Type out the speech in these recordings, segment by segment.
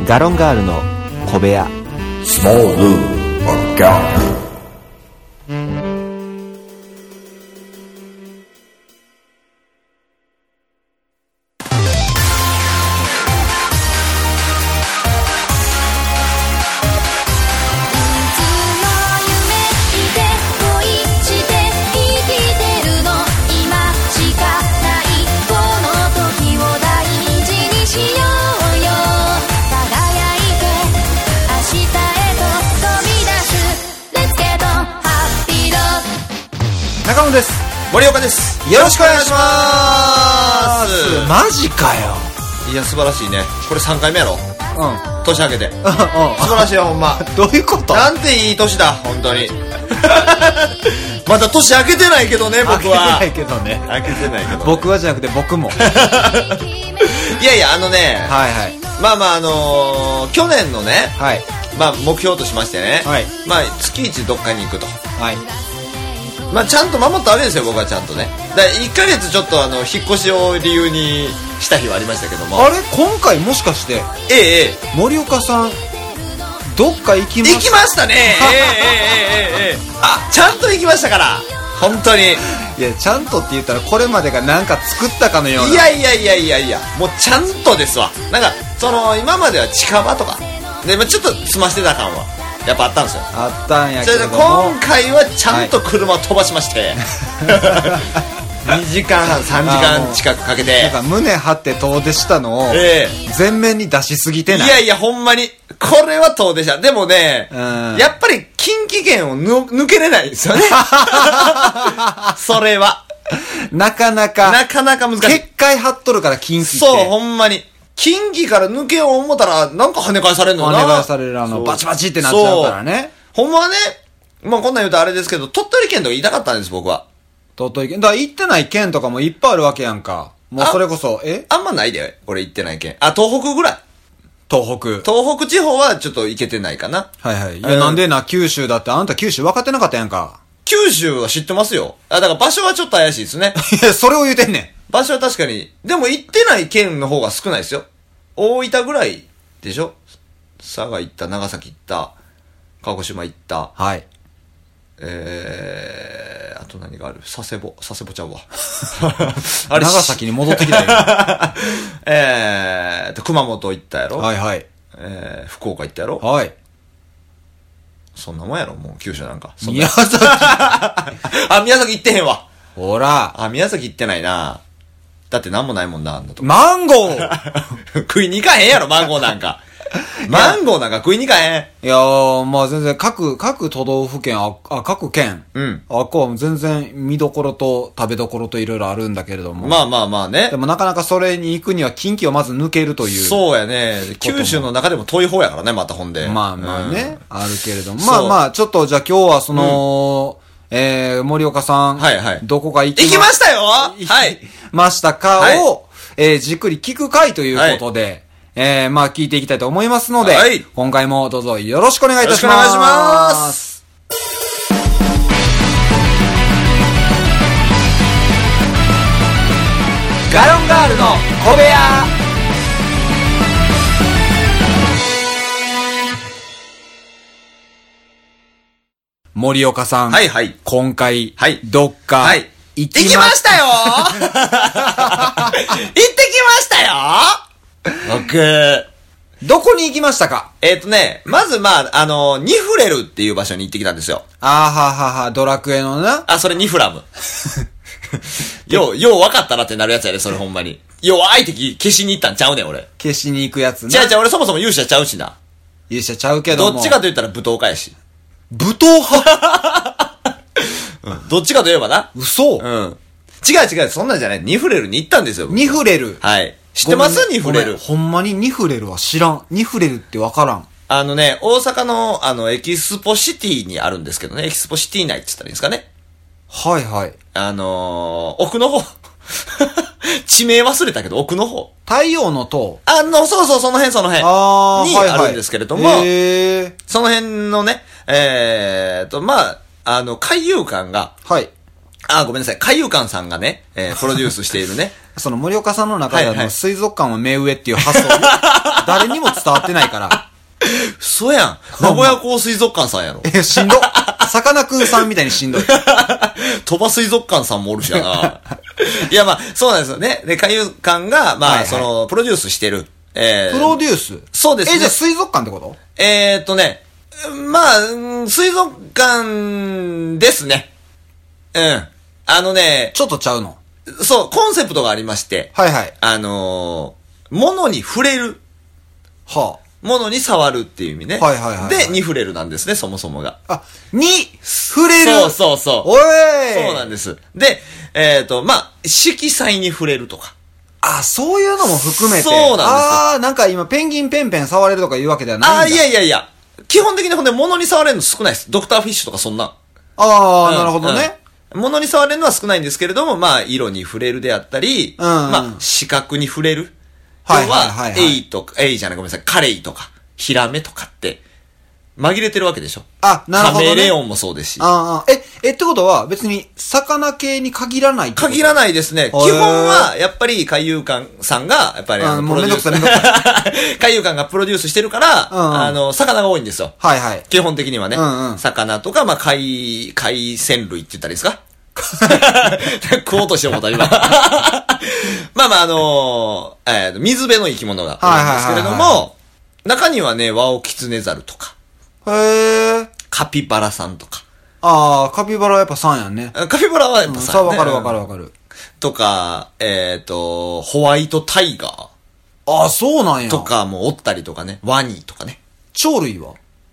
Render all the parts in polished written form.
ガロンガールの小部屋。 Small Lou or Gallagher。 中野です。 森岡です。 よろしくお願いします。マジかよ。 いや素晴らしいね。これ3回目やろ。 うん。 年明けて。素晴らしいよほんま。 どういうこと？ なんていい年だ本当に。まだ年明けてないけどね僕は。 明けてないけどね。 明けてないけど、ね。 僕はじゃなくて僕も。 いやいやはいはい。 まあまあ去年のね。 はい。 まあ目標としましてね。 はい。 まあ月1どっかに行くと。 はい。 まあちゃんと守ったわけですよ僕はちゃんとね。だから1ヶ月ちょっと引っ越しを理由にした日はありましたけども。 あれ今回もしかして森岡さんどっか行きました？ 行きましたね。あ、ちゃんと行きましたから本当に。 いやちゃんとって言ったらこれまでがなんか作ったかのような。 いやもうちゃんとですわ。なんか今までは近場とかで、まあ、ちょっと済ましてた感はやっぱあったんですよ。 あったんやけども、 今回はちゃんと車を飛ばしまして、2時間半3時間近くかけてなんか胸張って遠出したのを全面に出しすぎてない？ いやほんまにこれは遠出した。でもね、やっぱり近畿圏を抜けれないんですよね。それはなかなか難しい。 結界張っとるから近畿って。 そうほんまに近畿から抜けよう思ったらなんか跳ね返されるのよな。 跳ね返されるバチバチってなっちゃうからね。 ほんまはね、まあこんなん言うとあれですけど鳥取県とか言いたかったんです僕は。 鳥取県だから行ってない県とかもいっぱいあるわけやんか。もうそれこそあんまないで俺行ってない県。東北ぐらい。 東北地方はちょっと行けてないかな。 はいはい。いやなんでな九州だってあんた九州分かってなかったやんか。 九州は知ってますよ。だから場所はちょっと怪しいですね。 いやそれを言うてんねん。 場所は確かに。でも行ってない県の方が少ないですよ。大分ぐらいでしょ。佐賀行った、長崎行った、鹿児島行った。 はい。 あと何がある？佐世保ちゃうわ。 あれ長崎に戻ってきたよ。熊本行ったやろ。 はいはい。 福岡行ったやろ。 はい。 そんなもんやろもう九州なんか。 宮崎。 宮崎行ってへんわ。 ほら。 宮崎行ってないな。だってなんもないもんな、あんなとこ。 マンゴー食いに行かへんやろ、マンゴーなんか。マンゴーなんか食いに行かへん。 いやー、まあ全然各都道府県、各県。 うん。 こう全然見どころと食べどころといろいろあるんだけれども。 まあね。 でもなかなかそれに行くには近畿をまず抜けるという。 そうやね。九州の中でも遠い方やからね、またほんで。 まあね、あるけれども。まあちょっとじゃあ今日は森岡さん。 はいはい。 どこか行きましたよ。はい。 ましたかを、じっくり聞く回ということで、まあ聞いていきたいと思いますので、今回もどうぞよろしくお願いいたします。 よろしくお願いします。 ガロンガールの小部屋。森岡さん。 はいはい。 今回、 はい。 どっか、 はい。行きましたよ行ってきましたよ僕。 どこに行きましたか？ まずニフレルっていう場所に行ってきたんですよ。 ドラクエのな。 それニフラム。よう分かったなってなるやつやで、それほんまに。相手消しに行ったんちゃうねん、俺。 消しに行くやつな。 違う、俺そもそも勇者ちゃうしな。 勇者ちゃうけども。 どっちかと言ったら武闘家やし。 武闘派どっちかと言えばな。 嘘。 うん。違う、そんなんじゃない。ニフレルに行ったんですよ。 ニフレル。 はい。知ってますニフレル。 ほんまにニフレルは知らん。ニフレルってわからん。 大阪のエキスポシティにあるんですけどね。エキスポシティ内って言ったらいいんですかね。 はいはい。 奥の方。地名忘れたけど、奥の方。 太陽の塔。 そう、その辺。にあるんですけれども、その辺のね、海遊館が、 はい。 ごめんなさい。海遊館さんがね、プロデュースしているね、 その森岡さんの中ではいはい水族館は目上っていう発想、誰にも伝わってないから。 そうやん。名古屋港水族館さんやろ。 しんど。さかなクンさんみたいにしんどい。 鳥羽水族館さんもおるしやな。いや、まあ、そうなんですよね。で、海遊館が、まあ、 はいはい、 その、プロデュースしてる。 プロデュースそうですね。 じゃあ水族館ってこと？ まあ、水族館ですね。うん。 ちょっとちゃうの。 そう、コンセプトがありまして。 はいはい。 物に触れる。 はあ。 物に触るっていう意味ね。 はいはいはいはいで、に触れるなんですね、そもそもが。 あ、に、触れる。 そうそうそう。 おいそうなんです。で、まあ、色彩に触れるとか。 あ、そういうのも含めて。 そうなんですよ。 ああ、なんか今、ペンギンペンペン触れるとか言うわけではないんだ。 ああ、いやいやいや。基本的にほんで物に触れるの少ないです。ドクターフィッシュとかそんな。 ああ、なるほどね。 物に触れるのは少ないんですけれども、まあ、色に触れるであったり、まあ、視覚に触れる。要は、エイとか、エイじゃない、ごめんなさい、カレイとか、ヒラメとかって、紛れてるわけでしょ。 あ、なるほど、ね。 カメレオンもそうですし。 ってことは、別に、魚系に限らないってこと？ 限らないですね。基本は、やっぱり、海遊館さんが、やっぱり、 もうめんどくさいめんどくさい。海遊館がプロデュースしてるから、魚が多いんですよ。 はいはい。 基本的にはね。魚とか、まあ、海鮮類って言ったらいいですか食おうとしてもった今。まあまあ水辺の生き物が多いんですけれども、中にはね、ワオキツネザルとか。 へー。 カピバラさんとか。 ああ、カピバラはやっぱ3やんね。 カピバラはやっぱ3、ね。 さあ、わかるわかるわかる。 とか、ホワイトタイガー。 ああ、そうなんや。 とかもおったりとかね。ワニとかね。 鳥類は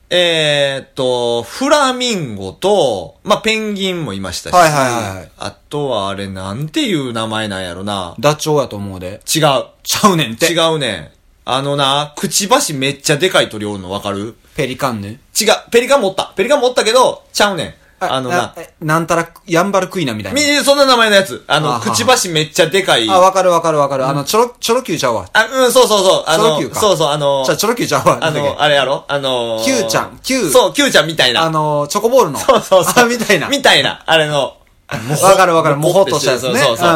フラミンゴと、まあ、ペンギンもいましたし。 はいはいはい。 あとはあれなんていう名前なんやろな。 ダチョウやと思うで。 違う。 ちゃうねんって。 違うねん。くちばしめっちゃでかい鳥おるのわかる？ ペリカンね。 違う。ペリカン持った。ペリカン持ったけど、ちゃうねん。 なんたら、ヤンバルクイナみたいな。 そんな名前のやつ。くちばしめっちゃでかい。 あ、わかるわかるわかる。チョロ Q ちゃうわ。 そうそうそう。 チョロ Q か。 そうそう、 チョロ Q ちゃうわ。 あれやろ Q ちゃん。 そう、Q ちゃんみたいな。 チョコボールの。 そうそうそう。 みたいな。 みたいな。あれの。 わかるわかる。もほっとしたやつね。 そうそうそう。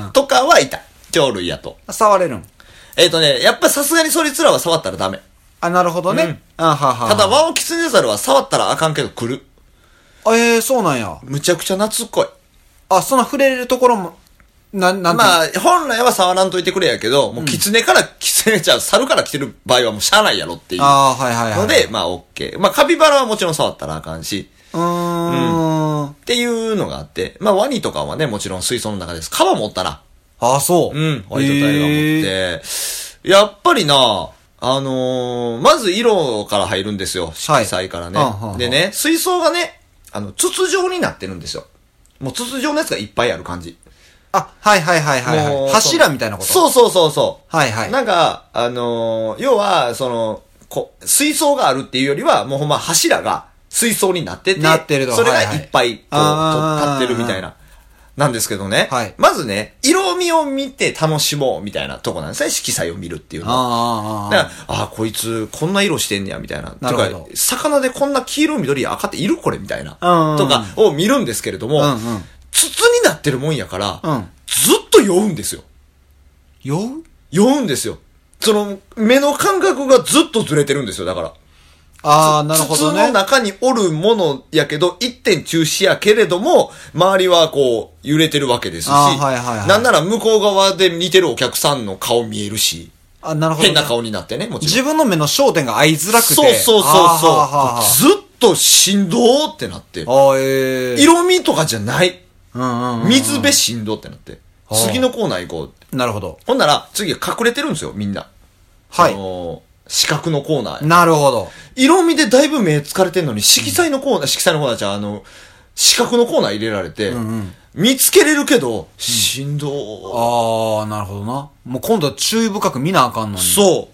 とかはいた。鳥類やと。 触れるん？ やっぱさすがにそいつらは触ったらダメ。 あ、なるほどね。ただ、ワオキツネザルは触ったらあかんけど来る。 そうなんや。 むちゃくちゃ懐っこい。 あ、そんな触れれるところも、まあ、本来は触らんといてくれやけど、もうキツネじゃあ猿から来てる場合はもうしゃあないやろっていう。ので、まあ、オッケー。まあ、カピバラはもちろん触ったらあかんし。っていうのがあって。まあ、ワニとかはね、もちろん水槽の中です。カバ持ったな。 あ、そう。 ホワイトタイガー持って。やっぱりな、まず色から入るんですよ。色彩からね。でね、水槽がね、筒状になってるんですよ。もう筒状のやつがいっぱいある感じ。 あ、はい。柱みたいなこと？ そう。 はい。 なんか、要は、水槽があるっていうよりは、もうほんま柱が水槽になってて、それがいっぱい、立ってるみたいな。なんですけどね。まずね、色味を見て楽しもうみたいなとこなんですね。色彩を見るっていうのは。だから、こいつ、こんな色してんねや、みたいな。 なるほど。 魚でこんな黄色、緑、赤っているこれみたいな。とかを見るんですけれども、筒になってるもんやから、ずっと酔うんですよ。 酔うんですよ。目の感覚がずっとずれてるんですよ、だから。 なるほどね。 筒の中におるものやけど、一点中止やけれども、周りはこう、揺れてるわけですし、なんなら向こう側で似てるお客さんの顔見えるし、 なるほど、 変な顔になってね、もちろん。 自分の目の焦点が合いづらくて。 そう。ずっと振動ってなって。色味とかじゃない。水辺振動ってなって。次のコーナー行こう。 なるほど。 ほんなら、次は隠れてるんですよ、みんな。視覚のコーナー。 なるほど。 色味でだいぶ目疲れてんのに、色彩のコーナーじゃ視覚のコーナー入れられて、見つけれるけど、振動。 なるほどな。もう今度は注意深く見なあかんのに。 そう。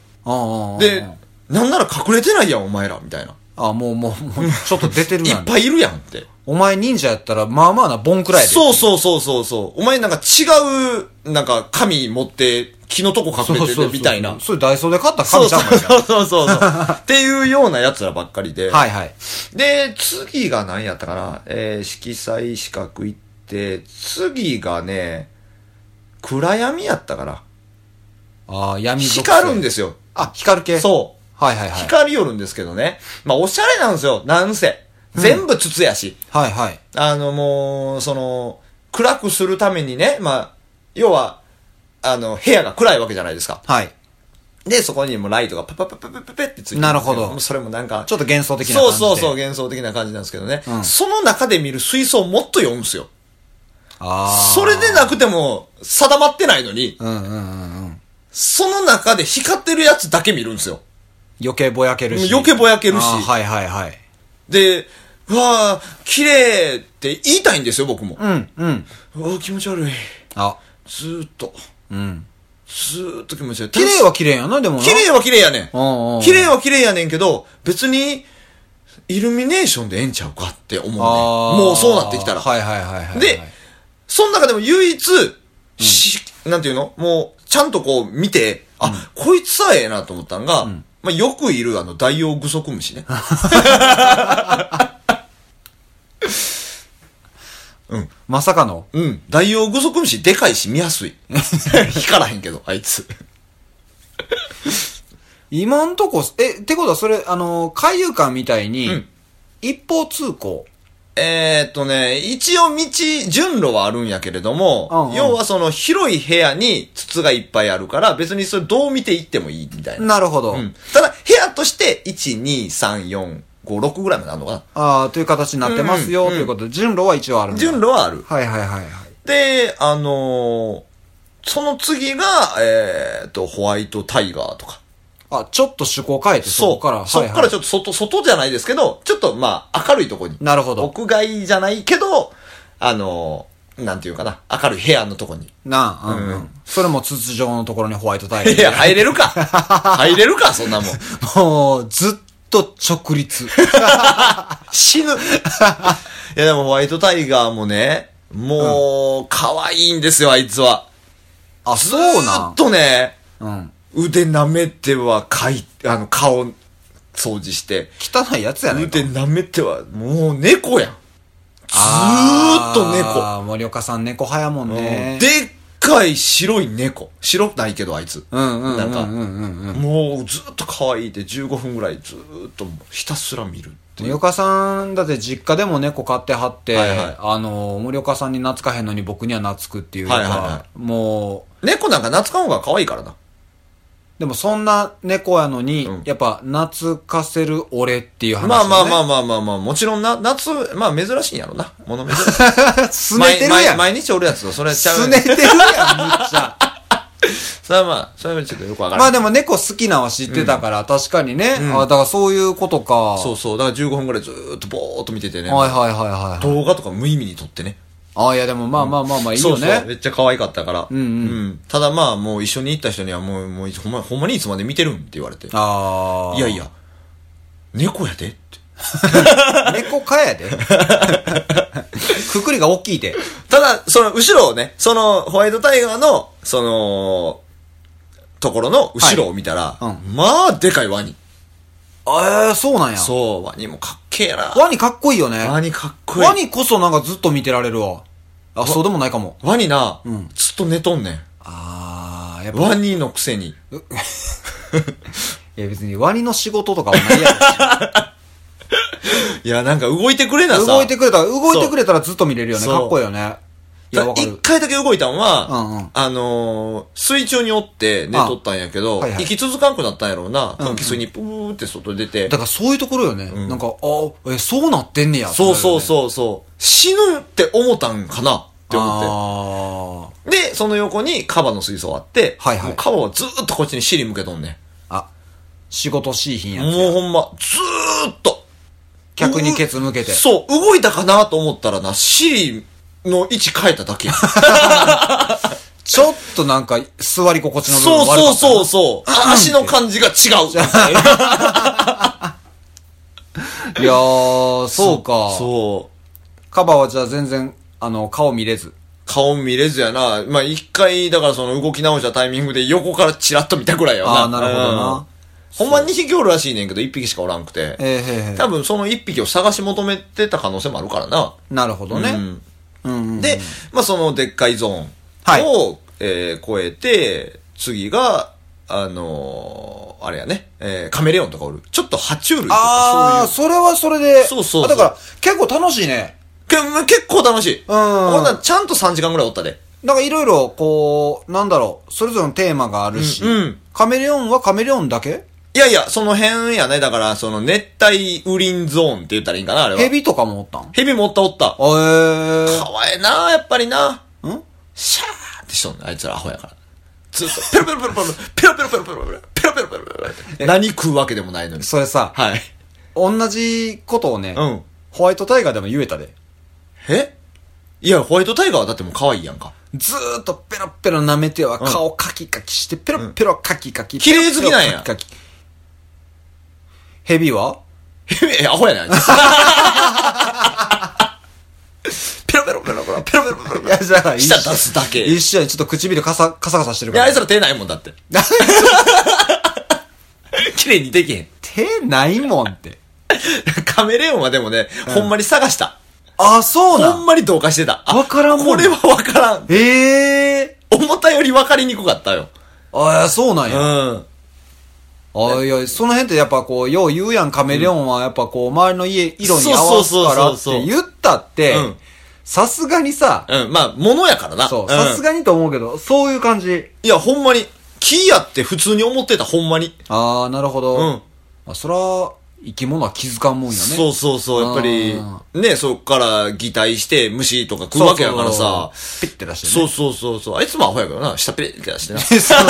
で、なんなら隠れてないやん、お前ら、みたいな。 もう、ちょっと出てるやん。 いっぱいいるやんって。 お前忍者やったら、まあまあな、ボンくらいで。 そう。お前なんか違う、なんか紙持って、木のとこ隠れてるみたいな。 それダイソーで買った紙ちゃうもんそう。っていうようなやつらばっかりで。 はい。 で、次が何やったかな？色彩、視覚行って、次がね、 暗闇やったから。 ああ、闇属性。 光るんですよ。 あ、光る系。 そう。 はいはいはい。 光りよるんですけどね。まあ、おしゃれなんですよ。なんせ。全部筒やし。 はいはい。 もう、暗くするためにね、まあ、要は、部屋が暗いわけじゃないですか。 はい。 で、そこにもライトがパパパパパパパってついてる。 なるほど。 それもなんか。 ちょっと幻想的な感じで。 そう、幻想的な感じなんですけどね。その中で見る水槽をもっと読むんですよ。それでなくても定まってないのに、その中で光ってるやつだけ見るんですよ。 余計ぼやけるし。 はいはいはい。 で、うわぁ、綺麗って言いたいんですよ、僕も。うわぁ、気持ち悪い。ずーっと。ずーっと気持ち悪い。 綺麗は綺麗やな、でもな。 綺麗は綺麗やねん。綺麗は綺麗やねんけど、別に、イルミネーションでええんちゃうかって思うね。もうそうなってきたら。で、その中でも唯一、なんていうのもう、ちゃんとこう見て、こいつはええなと思ったんが、まあ、よくいるダイオウグソクムシね。 まさかのダイオウグソクムシでかいし見やすい。光らへんけど、あいつ。 今んとこ、ってことはそれ、海遊館みたいに、一方通行。 一応順路はあるんやけれども、要はその広い部屋に筒がいっぱいあるから、別にそれどう見ていってもいいみたいな。 なるほど。 ただ、部屋として、1、2、3、4、5、6ぐらいまであるのかな。という形になってますよ、ということで、順路は一応あるんだ。 順路はある。 はいはいはいはい。 で、その次が、ホワイトタイガーとか。 ちょっと趣向変えて、そこから。 そこからちょっと外じゃないですけど、ちょっとまあ、明るいとこに。 なるほど。 屋外じゃないけど、なんていうかな、明るい部屋のとこに。 それも筒状のところにホワイトタイガー。 いや、入れるか。入れるか、そんなもん。 もう、ずっと直立。 死ぬ。いや、でもホワイトタイガーもね、もう、可愛いんですよ、あいつは。 そうなん。 ずっとね、腕舐めては顔掃除して。 汚いやつやねん。 腕舐めては、もう猫やん。ずーっと猫。 森岡さん猫派やもんね。 でっかい白い猫。白ないけどあいつ。なんか、もうずっと可愛いで15分ぐらいずーっとひたすら見る。 森岡さん、だって実家でも猫飼ってはって、森岡さんに懐かへんのに僕には懐くっていうか、もう。猫なんか懐かん方が可愛いからな。 でもそんな猫やのに、やっぱ懐かせる俺っていう話、ね。 まあ、もちろんな、まあ珍しいんやろな。物珍しい。 すねてるやん。 毎日おるやつとそれちゃう。 すねてるやん、むっちゃ。 それはちょっとよくわからない。 まあでも猫好きなのは知ってたから、確かにね。だからそういうことか。 そう。だから15分くらいずーっとぼーっと見ててね。 はい。 動画とか無意味に撮ってね。 いやでもまあいいよね。 そう、めっちゃ可愛かったから。ただまあもう一緒に行った人にはもうほんまにいつまで見てるんって言われて。いや、猫やでって。 猫かやで。くくりが大きいて。 ただ、後ろをね、ホワイトタイガーの、ところの後ろを見たら、まあ、でかいワニ。 そうなんや。 そう、ワニもかっけえな。 ワニかっこいいよね。 ワニかっこいい。 ワニこそなんかずっと見てられるわ。そうでもないかも。 ワニな、ずっと寝とんねん。 やっぱ。 ワニのくせに。 いや別にワニの仕事とかはないやろ。 いや、なんか動いてくれなさ。 動いてくれたらずっと見れるよね。かっこいいよね。 一回だけ動いたんは、水中におって寝とったんやけど、息続かんくなったんやろうな。空気水にプーって外出て。 だからそういうところよね。なんか、そうなってんねや。 そう。死ぬって思ったんかなって思って。で、その横にカバの水槽あって、カバはずーっとこっちに尻向けとんねん。 仕事しいひんやつ。 もうほんま、ずーっと。 客にケツ向けて。 そう、動いたかなと思ったらな、尻の位置変えただけ。 ちょっとなんか、座り心地の部分悪かった。 そう。足の感じが違う。 いやー、そうか。 そう。 カバはじゃあ全然、顔見れず。 顔見れずやな。まあ、一回、だから動き直したタイミングで横からチラッと見たぐらいやな。 なるほどな。 ほんま2匹おるらしいねんけど、1匹しかおらんくて。多分その1匹を探し求めてた可能性もあるからな。 なるほどね。 で、まあそのでっかいゾーンを、 超えて、次が、あれやね、カメレオンとかおる。ちょっと爬虫類とかそれはそれで。 そうそうそう。 だから、結構楽しいね。 結構楽しい。こんなんちゃんと3時間ぐらいおったで。 だからいろいろ、こう、なんだろう、それぞれのテーマがあるし。カメレオンはカメレオンだけ？ いやいや、その辺やね。だから、その熱帯雨林ゾーンって言ったらいいんかな、あれは。 ヘビとかもおったん？ ヘビもおった。かわえな、やっぱりな。シャーってしとんね、あいつらアホやから。ずっと、ペロペロペロペロ、ペロペロペロペロペロ、ペロペロペロペロって。何食うわけでもないのに。 それさ、 はい。 同じことをね、ホワイトタイガーでも言えたで。 いや、ホワイトタイガーはだってもう可愛いやんか。 ずーっとペロペロ舐めては顔カキカキして、ペロペロカキカキ。 綺麗好きなんや。 ヘビは？ ヘビ、アホやねん。ペロペロペロペロ、ペロペロペロペロ。いや、 じゃあ、 舌出すだけ。 一緒にちょっと唇カサカサしてるから。 いや、あいつら手ないもんだって。綺麗にできへん。 手ないもんって。 カメレオンはでもね、ほんまに探した。 そうなん？ ほんまに同化してた。 わからんもん。 これはわからん。思ったよりわかりにくかったよ。 そうなんや。いや、その辺ってやっぱこう、よう言うやん、カメレオンはやっぱこう、周りの色に合わすからって言ったって、さすがにさ、 まあ、物やからな。 そう、さすがにと思うけど、そういう感じ。 いや、ほんまに、木やって普通に思ってた、ほんまに。 なるほど。そら、生き物は気づかんもんやね。 そう、やっぱり、ね、そっから擬態して虫とか食うわけやからさ。 ピッて出してね。 そう。あいつもアホやからな、下ピッて出してな。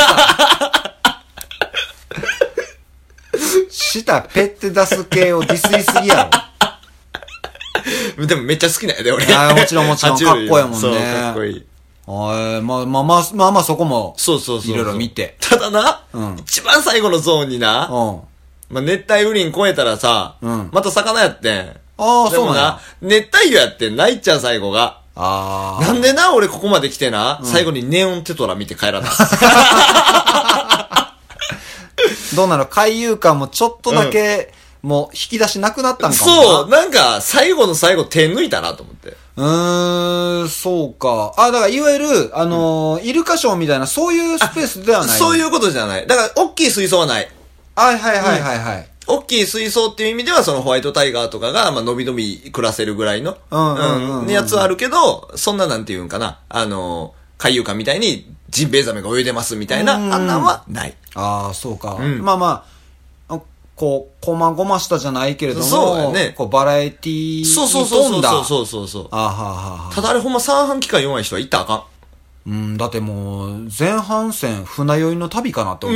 舌ペッて出す系をディスりすぎやろ。でもめっちゃ好きなんやで、俺。 もちろん、かっこいいもんね。 そう、かっこいい。 まあそこも、いろいろ見て。 ただな、一番最後のゾーンにな、まあ、熱帯雨林越えたらさ、また魚やってん。 そうなんな。熱帯魚やってん、ないっちゃん最後が。なんでな、俺ここまで来てな、最後にネオンテトラ見て帰らない。 どうなの？海遊館もちょっとだけ、もう引き出しなくなったんかもな。 そう、なんか、最後の最後手抜いたなと思って。 そうか。だからいわゆる、イルカショーみたいな、そういうスペースではない。 そういうことじゃない。だから、大きい水槽はない。 はい。 大きい水槽っていう意味では、そのホワイトタイガーとかが、まあ、のびのび暮らせるぐらいの、やつはあるけど、そんななんていうんかな、海遊館みたいに、ジンベエザメが泳いでますみたいな、あんなんはない。 そうか。まあ、こう、こまごましたじゃないけれども、 そうやね。 こう、バラエティーそう。ただあれほんま三半期間弱い人は行ったらあかん。だってもう、前半戦、船酔いの旅かなって思った。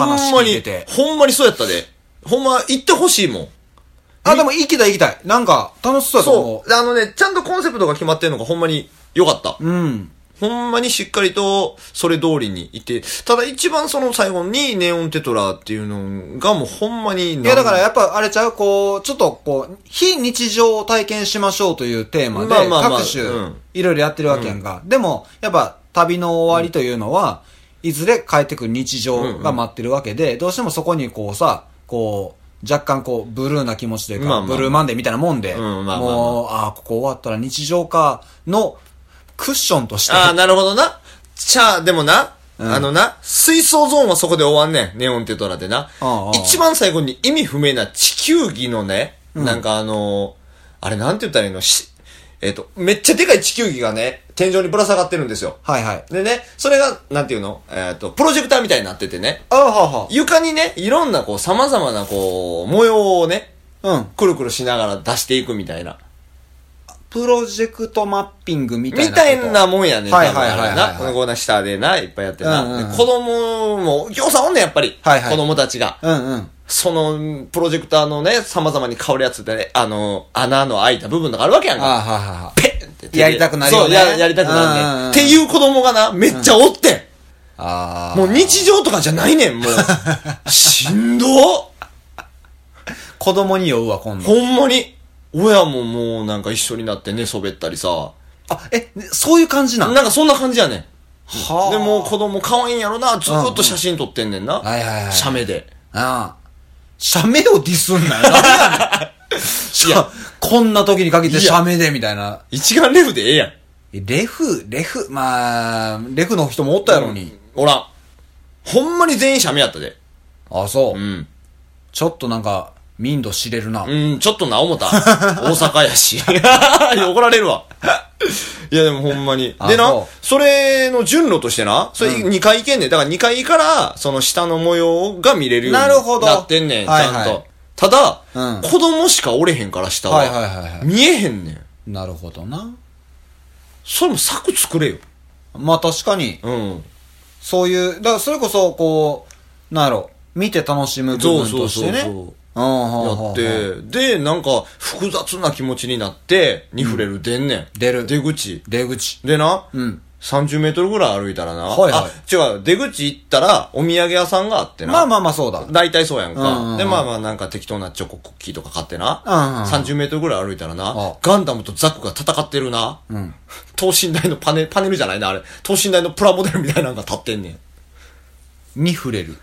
ほんまに、ほんまにそうやったで。ほんま、行ってほしいもん。 でも行きたい。なんか、楽しそうやと思う。 そう。ちゃんとコンセプトが決まってるのがほんまに良かった。ほんまにしっかりと、それ通りにいて、ただ一番その最後にネオンテトラっていうのがもうほんまに。いやだからやっぱあれちゃう、こう、ちょっとこう、非日常を体験しましょうというテーマで、各種、いろいろやってるわけやんか。でも、やっぱ旅の終わりというのは、いずれ帰ってくる日常が待ってるわけで、どうしてもそこにこうさ、こう、若干こう、ブルーな気持ちというか、ブルーマンデーみたいなもんで、もう、ここ終わったら日常かの、クッションとして。 なるほどな。でもな、水槽ゾーンはそこで終わんねん。ネオンテトラでな。一番最後に意味不明な地球儀のね、なんかあれなんて言ったらいいの？めっちゃでかい地球儀がね、天井にぶら下がってるんですよ。でね、それが、なんていうの？プロジェクターみたいになっててね。床にね、いろんなこう、様々なこう、模様をね、くるくるしながら出していくみたいな。 プロジェクトマッピングみたいな。 みたいなもんやねん。このな下でな、いっぱいやってな。子供も、ぎょうさんおんねん、やっぱり。子供たちが。その、プロジェクターのね、様々に変わるやつでね、穴の開いた部分とかあるわけやんか。ペンって。 やりたくなるよね。 そう、やりたくなるねん。っていう子供がな、めっちゃおってん。もう日常とかじゃないねん、もう。しんど子供に酔うわ、今度。 ほんまに。親ももうなんか一緒になって寝そべったりさ。 そういう感じなん？ なんかそんな感じやねん。でも子供可愛いんやろな、ずーっと写真撮ってんねんな。写メで。 写メをディスんなよ。こんな時に限って写メでみたいな。 一眼レフでええやん。 レフ、まあ、レフの人もおったやろに。 おらん。ほんまに全員シャミやったで。 あ、そう。 うん。 ちょっとなんか、民度知れるな。 ちょっとな、思った。大阪やし。怒られるわ。いや、でもほんまに。でな、それの順路としてな、それ2回行けんねん。だから2回から、その下の模様が見れるようになってんねん、ちゃんと。ただ、子供しかおれへんから下は。見えへんねん。 なるほどな。 それも柵作れよ。 まあ確かに。そういう、だからそれこそ、こう、なんやろ、見て楽しむ部分としてね。 やって、で、なんか、複雑な気持ちになって、ニフレル出んねん。 出口。 でな、30メートルぐらい歩いたらな。違う、出口行ったら、お土産屋さんがあってな。 まあ、そうだ。 大体そうやんか。で、まあなんか適当なチョコクッキーとか買ってな。30メートルぐらい歩いたらな、ガンダムとザクが戦ってるな。等身大のパネルじゃないな、あれ。等身大のプラモデルみたいなのが立ってんねん。 に触れる。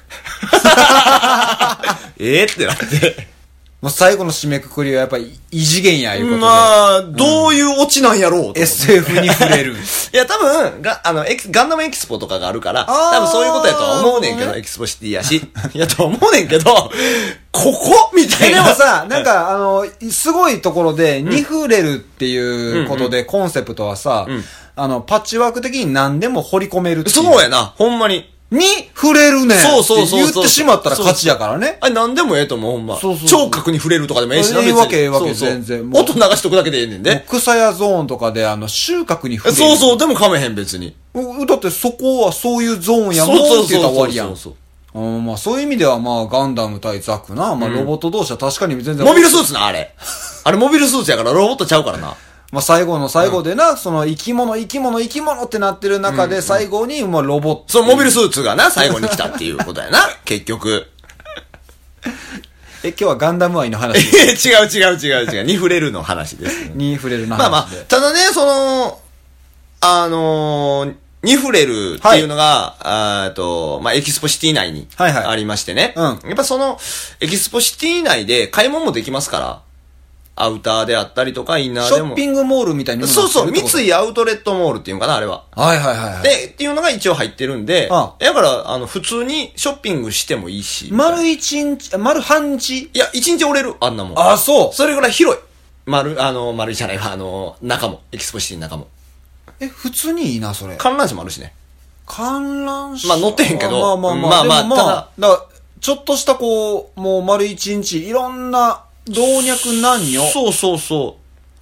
ってなって。 もう最後の締めくくりはやっぱり異次元や、いうことで。 まあ、どういうオチなんやろうと。 SF に触れる。 いや、多分、ガンダムエキスポとかがあるから、多分そういうことやとは思うねんけど、エキスポシティやし。いや、とは思うねんけど、ここみたいな。 でもさ、なんか、すごいところで、に触れるっていうことで、コンセプトはさ、パッチワーク的に何でも掘り込めるっていう。 そうやな、ほんまに。 に触れるねん。そう言ってしまったら勝ちやからね。 あれ何でもええと思う、ほんま。聴覚に触れるとかでもええしな、 別に。ええわけ、全然。 音流しとくだけでええねんで。 草屋ゾーンとかで、収穫に触れる。 そう、でも噛めへん、別に。 だってそこはそういうゾーンやもんって言ったら終わりやん。まあそういう意味ではまあガンダム対ザクな。まあロボット同士は確かに全然。 モビルスーツな、あれ。あれモビルスーツやからロボットちゃうからな。 まあ最後の最後でな、その生き物ってなってる中で最後にまあロボット。 そう、モビルスーツがな、最後に来たっていうことやな、結局。 今日はガンダム愛の話違う。に触れるの話です。 に触れるの話。 まあ、ただね、に触れるっていうのが、まあ、エキスポシティ内にありましてね。やっぱその、エキスポシティ内で買い物もできますから。アウターであったりとか、インナーでも。 ショッピングモールみたいに。 そう、三井アウトレットモールっていうのかな、あれは。で、っていうのが一応入ってるんで、だから、普通にショッピングしてもいいし。 丸半日いや、1日折れる、あんなもん。 あ、そう。 それぐらい広い。丸いじゃないわ、中も。エキスポシティの中も。 普通にいいな、それ。 観覧車もあるしね。 観覧車まあ乗ってへんけど。 まあ、ただ、ちょっとしたこう、もう丸1日、いろんな、老若男女。 そう。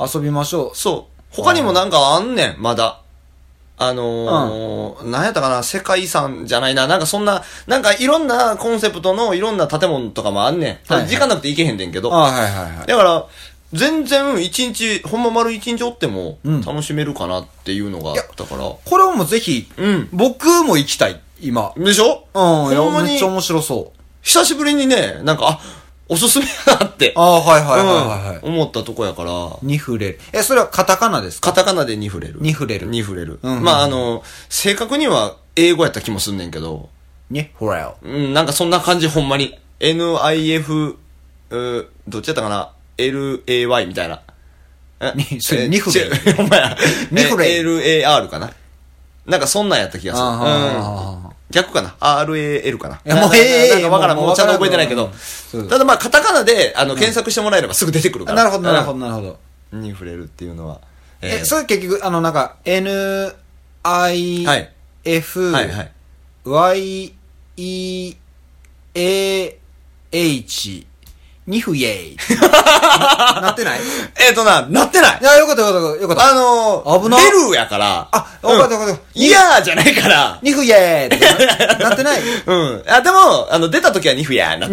遊びましょう。 そう。他にもなんかあんねん、まだ。何やったかな、世界遺産じゃないな。なんかそんな、なんかいろんなコンセプトのいろんな建物とかもあんねん。時間なくて行けへんねんけど。だから、全然一日、ほんま丸一日おっても楽しめるかなっていうのがあったから。 これはもうぜひ、僕も行きたい、今。 でしょ？ ほんまにめっちゃ面白そう。 久しぶりにね、なんか、おすすめだなって。思ったとこやから。 に触れる。それはカタカナですか？ カタカナでに触れる。 に触れる。 まあ正確には英語やった気もすんねんけど。 に触れる。 なんかそんな感じほんまに。NIF、どっちやったかな？LAY みたいな。 に触れる。 ほんまや。に触れる。LAR かな。なんかそんなんやった気がする。逆かな ?RAL かな。 もうなんかわからん。もうちゃんと覚えてないけど。ただまあ、カタカナで、検索してもらえればすぐ出てくるから。 なるほど。 に触れるっていうのは。 それ結局、なんか、NIF、YEAH、ニフイェイ。なってないなってない。 いや、よかった。危ない。 ベルやから。 よかった。 いやーじゃないから。 ニフイェイなってない。 でも、出た時はニフやーなって。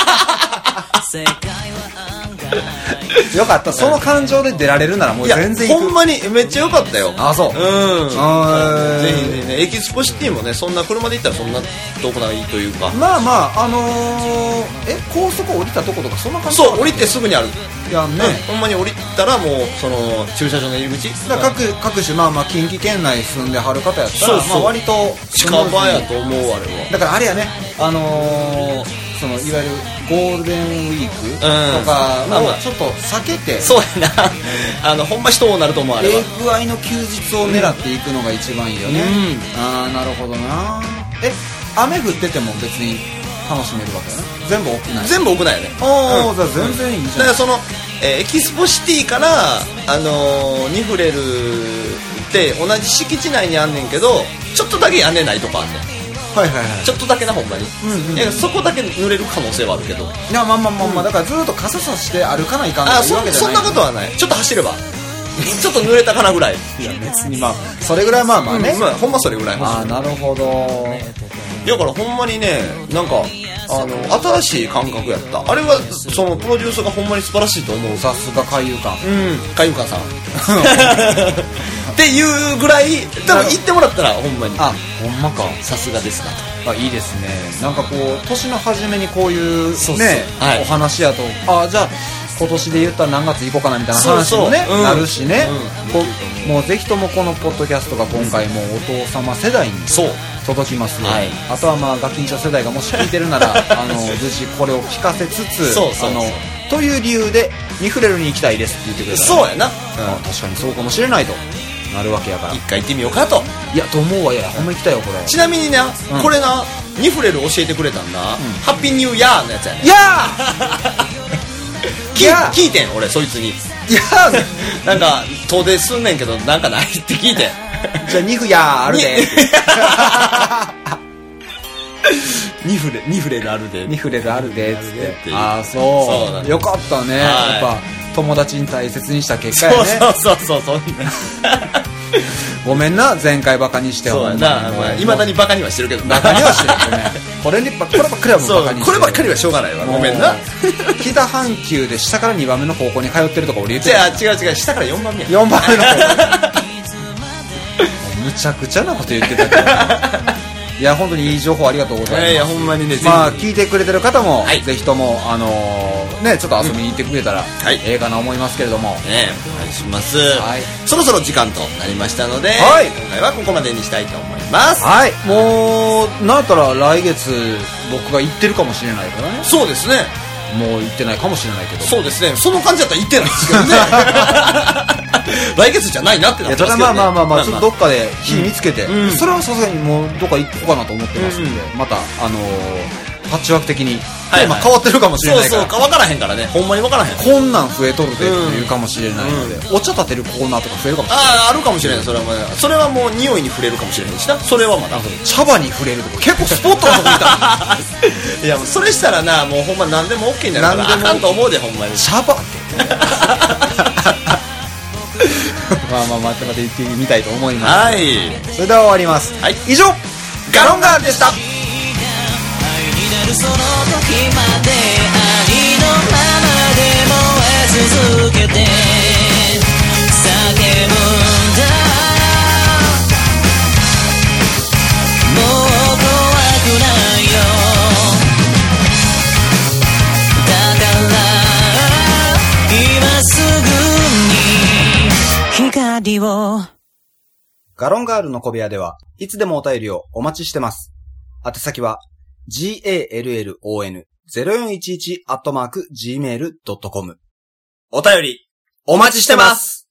よかった。その感情で出られるならもう全然行く。 ほんまにめっちゃよかったよ。 そう。 ぜひね、エキスポシティもね、そんな車で行ったらそんな遠くないというか。 まあ、高速降りたとことかそんな感じ？ そう、降りてすぐにある。 いやね。 ほんまに降りたらもう、駐車場の入り口。 各種、近畿圏内住んではる方やったら、割と近場やと思う、あれは。 だからあれやね、 そのいわゆるゴールデンウィークとかをちょっと避けて、 そうやなほんま人をなると思うあれは具合の休日を狙っていくのが一番いいよね、ああなるほどな。雨降ってても別に楽しめるわけよね。全部屋内。 全部屋内よね。 ああ、じゃあ全然いいじゃん。 だからその、エキスポシティからニフレルって同じ敷地内にあんねんけど、ちょっとだけ屋根ないとこあんねん。 はいはいはい。 ちょっとだけな、ほんまに。そこだけ濡れる可能性はあるけど。 いや、まあ、だからずっと傘さして歩かないかんっていうわけじゃない。 そんなことはない。ちょっと走れば。ちょっと濡れたかなぐらい。 いや、別にそれぐらいまあね。 ほんまそれぐらい。 ああ、なるほど。 だからほんまにね、なんか、新しい感覚やった。あれは、その、プロデュースがほんまに素晴らしいと思う。 さすが海遊館。 海遊館さん。っていうぐらい、多分行ってもらったら、ほんまに。 あ、ほんまか。 さすがですなと。 いいですね。なんかこう、年の初めにこういうね、お話やと、じゃあ、今年で言ったら何月行こうかなみたいな話もね、なるしね。もうぜひともこのポッドキャストが今回もお父様世代に届きますよ。あとはガキンチョ世代がもし聞いてるなら無事これを聞かせつつ、という理由でニフレルに行きたいですって言ってくれたら、 そうやな、 確かにそうかもしれないとなるわけやから、 一回行ってみようかと。 いやと思うわ。いやほんま行きたいよこれ。 ちなみにな、これなニフレル教えてくれたんだ、ハッピーニューイヤーのやつやね。 いや聞いてん俺そいつに。いやなんか遠出すんねんけどなんかないって聞いてじゃあニフやーあるでニフレルあるでニフレルあるでっつって。ああそうよかったね、やっぱ友達に大切にした結果やね。 そうごめんな前回バカにして。 そうやな、いまだにバカにはしてるけどバカにはしてる。ごめんこればっかりはもうバカにしてる。 こればっかりはしょうがないわ。ごめんな。 北半球で下から2番目の高校に通ってるとか俺言ってた。 違う下から4番目や。 4番目の高校むちゃくちゃなこと言ってたけどいや本当にいい情報ありがとうございます。 いやほんまにね、 聞いてくれてる方もぜひともねちょっと遊びに行ってくれたらええかな思いますけれども、 お願いします。そろそろ時間となりましたので、今回はここまでにしたいと思います。 はい、もうなんったら来月僕が行ってるかもしれないからね。 そうですね。 もう行ってないかもしれないけど。 そうですね。その感じだったら行ってないですけどね来月じゃないなってなってますけどね。 ただまあちょっとどっかで日見つけて、それはさすがにもうどっか行こうかなと思ってますんで、またパッチワーク的に変わってるかもしれないから。 そう分からへんからね。ほんまに分からへん。 こんなん増えとるでっていうかもしれないので、お茶立てるコーナーとか増えるかもしれない。 あるかもしれない。それはもう匂いに触れるかもしれないしな。それはまだ茶葉に触れるとか結構スポットなとこ見たいやもうそれしたらな、もうほんま何でも OK になるからあかんと思うで。ほんまに茶葉ってまた行ってみたいと思います。それでは終わります。以上ガロンガールでした。その時までありのままで燃え続けて叫ぶんだ。もう怖くないよ。だから今すぐに光を。ガロンガールの小部屋ではいつでもお便りをお待ちしてます。宛先はGALLON0411@gmail.com。 お便りお待ちしてます。